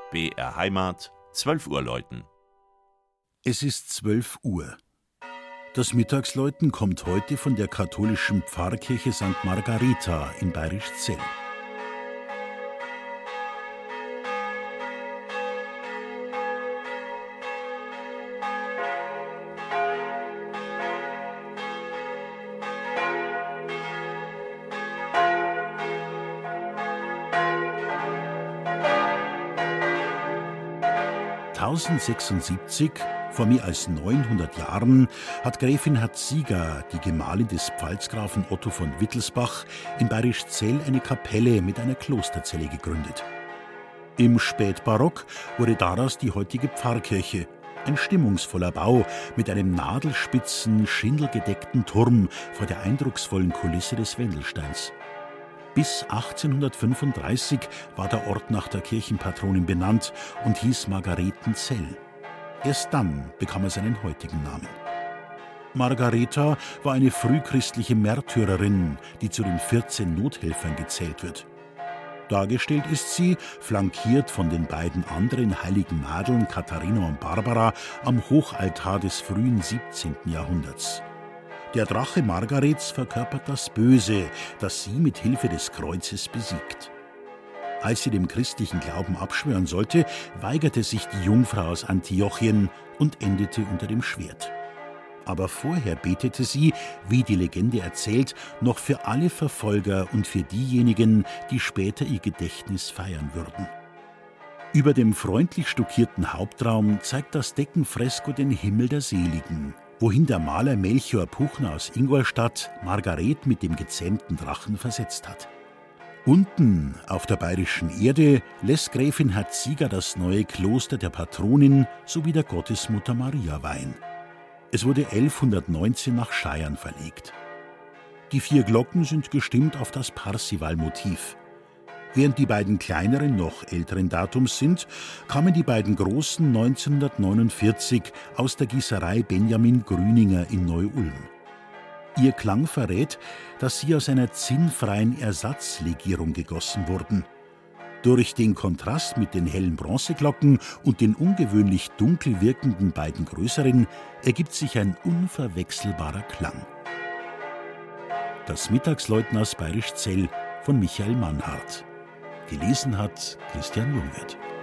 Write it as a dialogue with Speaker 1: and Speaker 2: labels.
Speaker 1: BR Heimat, 12 Uhr läuten.
Speaker 2: Es ist 12 Uhr. Das Mittagsläuten kommt heute von der katholischen Pfarrkirche St. Margaretha in Bayerisch Zell. (1076), vor mehr als 900 Jahren, hat Gräfin Herziga, die Gemahlin des Pfalzgrafen Otto von Wittelsbach, in Bayerisch Zell eine Kapelle mit einer Klosterzelle gegründet. Im Spätbarock wurde daraus die heutige Pfarrkirche, ein stimmungsvoller Bau mit einem nadelspitzen, schindelgedeckten Turm vor der eindrucksvollen Kulisse des Wendelsteins. Bis 1835 war der Ort nach der Kirchenpatronin benannt und hieß Margaretenzell. Erst dann bekam er seinen heutigen Namen. Margaretha war eine frühchristliche Märtyrerin, die zu den 14 Nothelfern gezählt wird. Dargestellt ist sie, flankiert von den beiden anderen heiligen Madeln Katharina und Barbara, am Hochaltar des frühen 17. Jahrhunderts. Der Drache Margarets verkörpert das Böse, das sie mit Hilfe des Kreuzes besiegt. Als sie dem christlichen Glauben abschwören sollte, weigerte sich die Jungfrau aus Antiochien und endete unter dem Schwert. Aber vorher betete sie, wie die Legende erzählt, noch für alle Verfolger und für diejenigen, die später ihr Gedächtnis feiern würden. Über dem freundlich stuckierten Hauptraum zeigt das Deckenfresko den Himmel der Seligen, wohin der Maler Melchior Puchner aus Ingolstadt Margaret mit dem gezähmten Drachen versetzt hat. Unten auf der bayerischen Erde lässt Gräfin Herziga das neue Kloster der Patronin sowie der Gottesmutter Maria weihen. Es wurde 1119 nach Scheiern verlegt. Die 4 Glocken sind gestimmt auf das Parsival-Motiv. Während die beiden kleineren noch älteren Datums sind, kamen die beiden großen 1949 aus der Gießerei Benjamin Grüninger in Neu-Ulm. Ihr Klang verrät, dass sie aus einer zinnfreien Ersatzlegierung gegossen wurden. Durch den Kontrast mit den hellen Bronzeglocken und den ungewöhnlich dunkel wirkenden beiden größeren ergibt sich ein unverwechselbarer Klang. Das Mittagsläuten aus Bayerisch Zell von Michael Mannhardt. Gelesen hat Christian Jungwirth.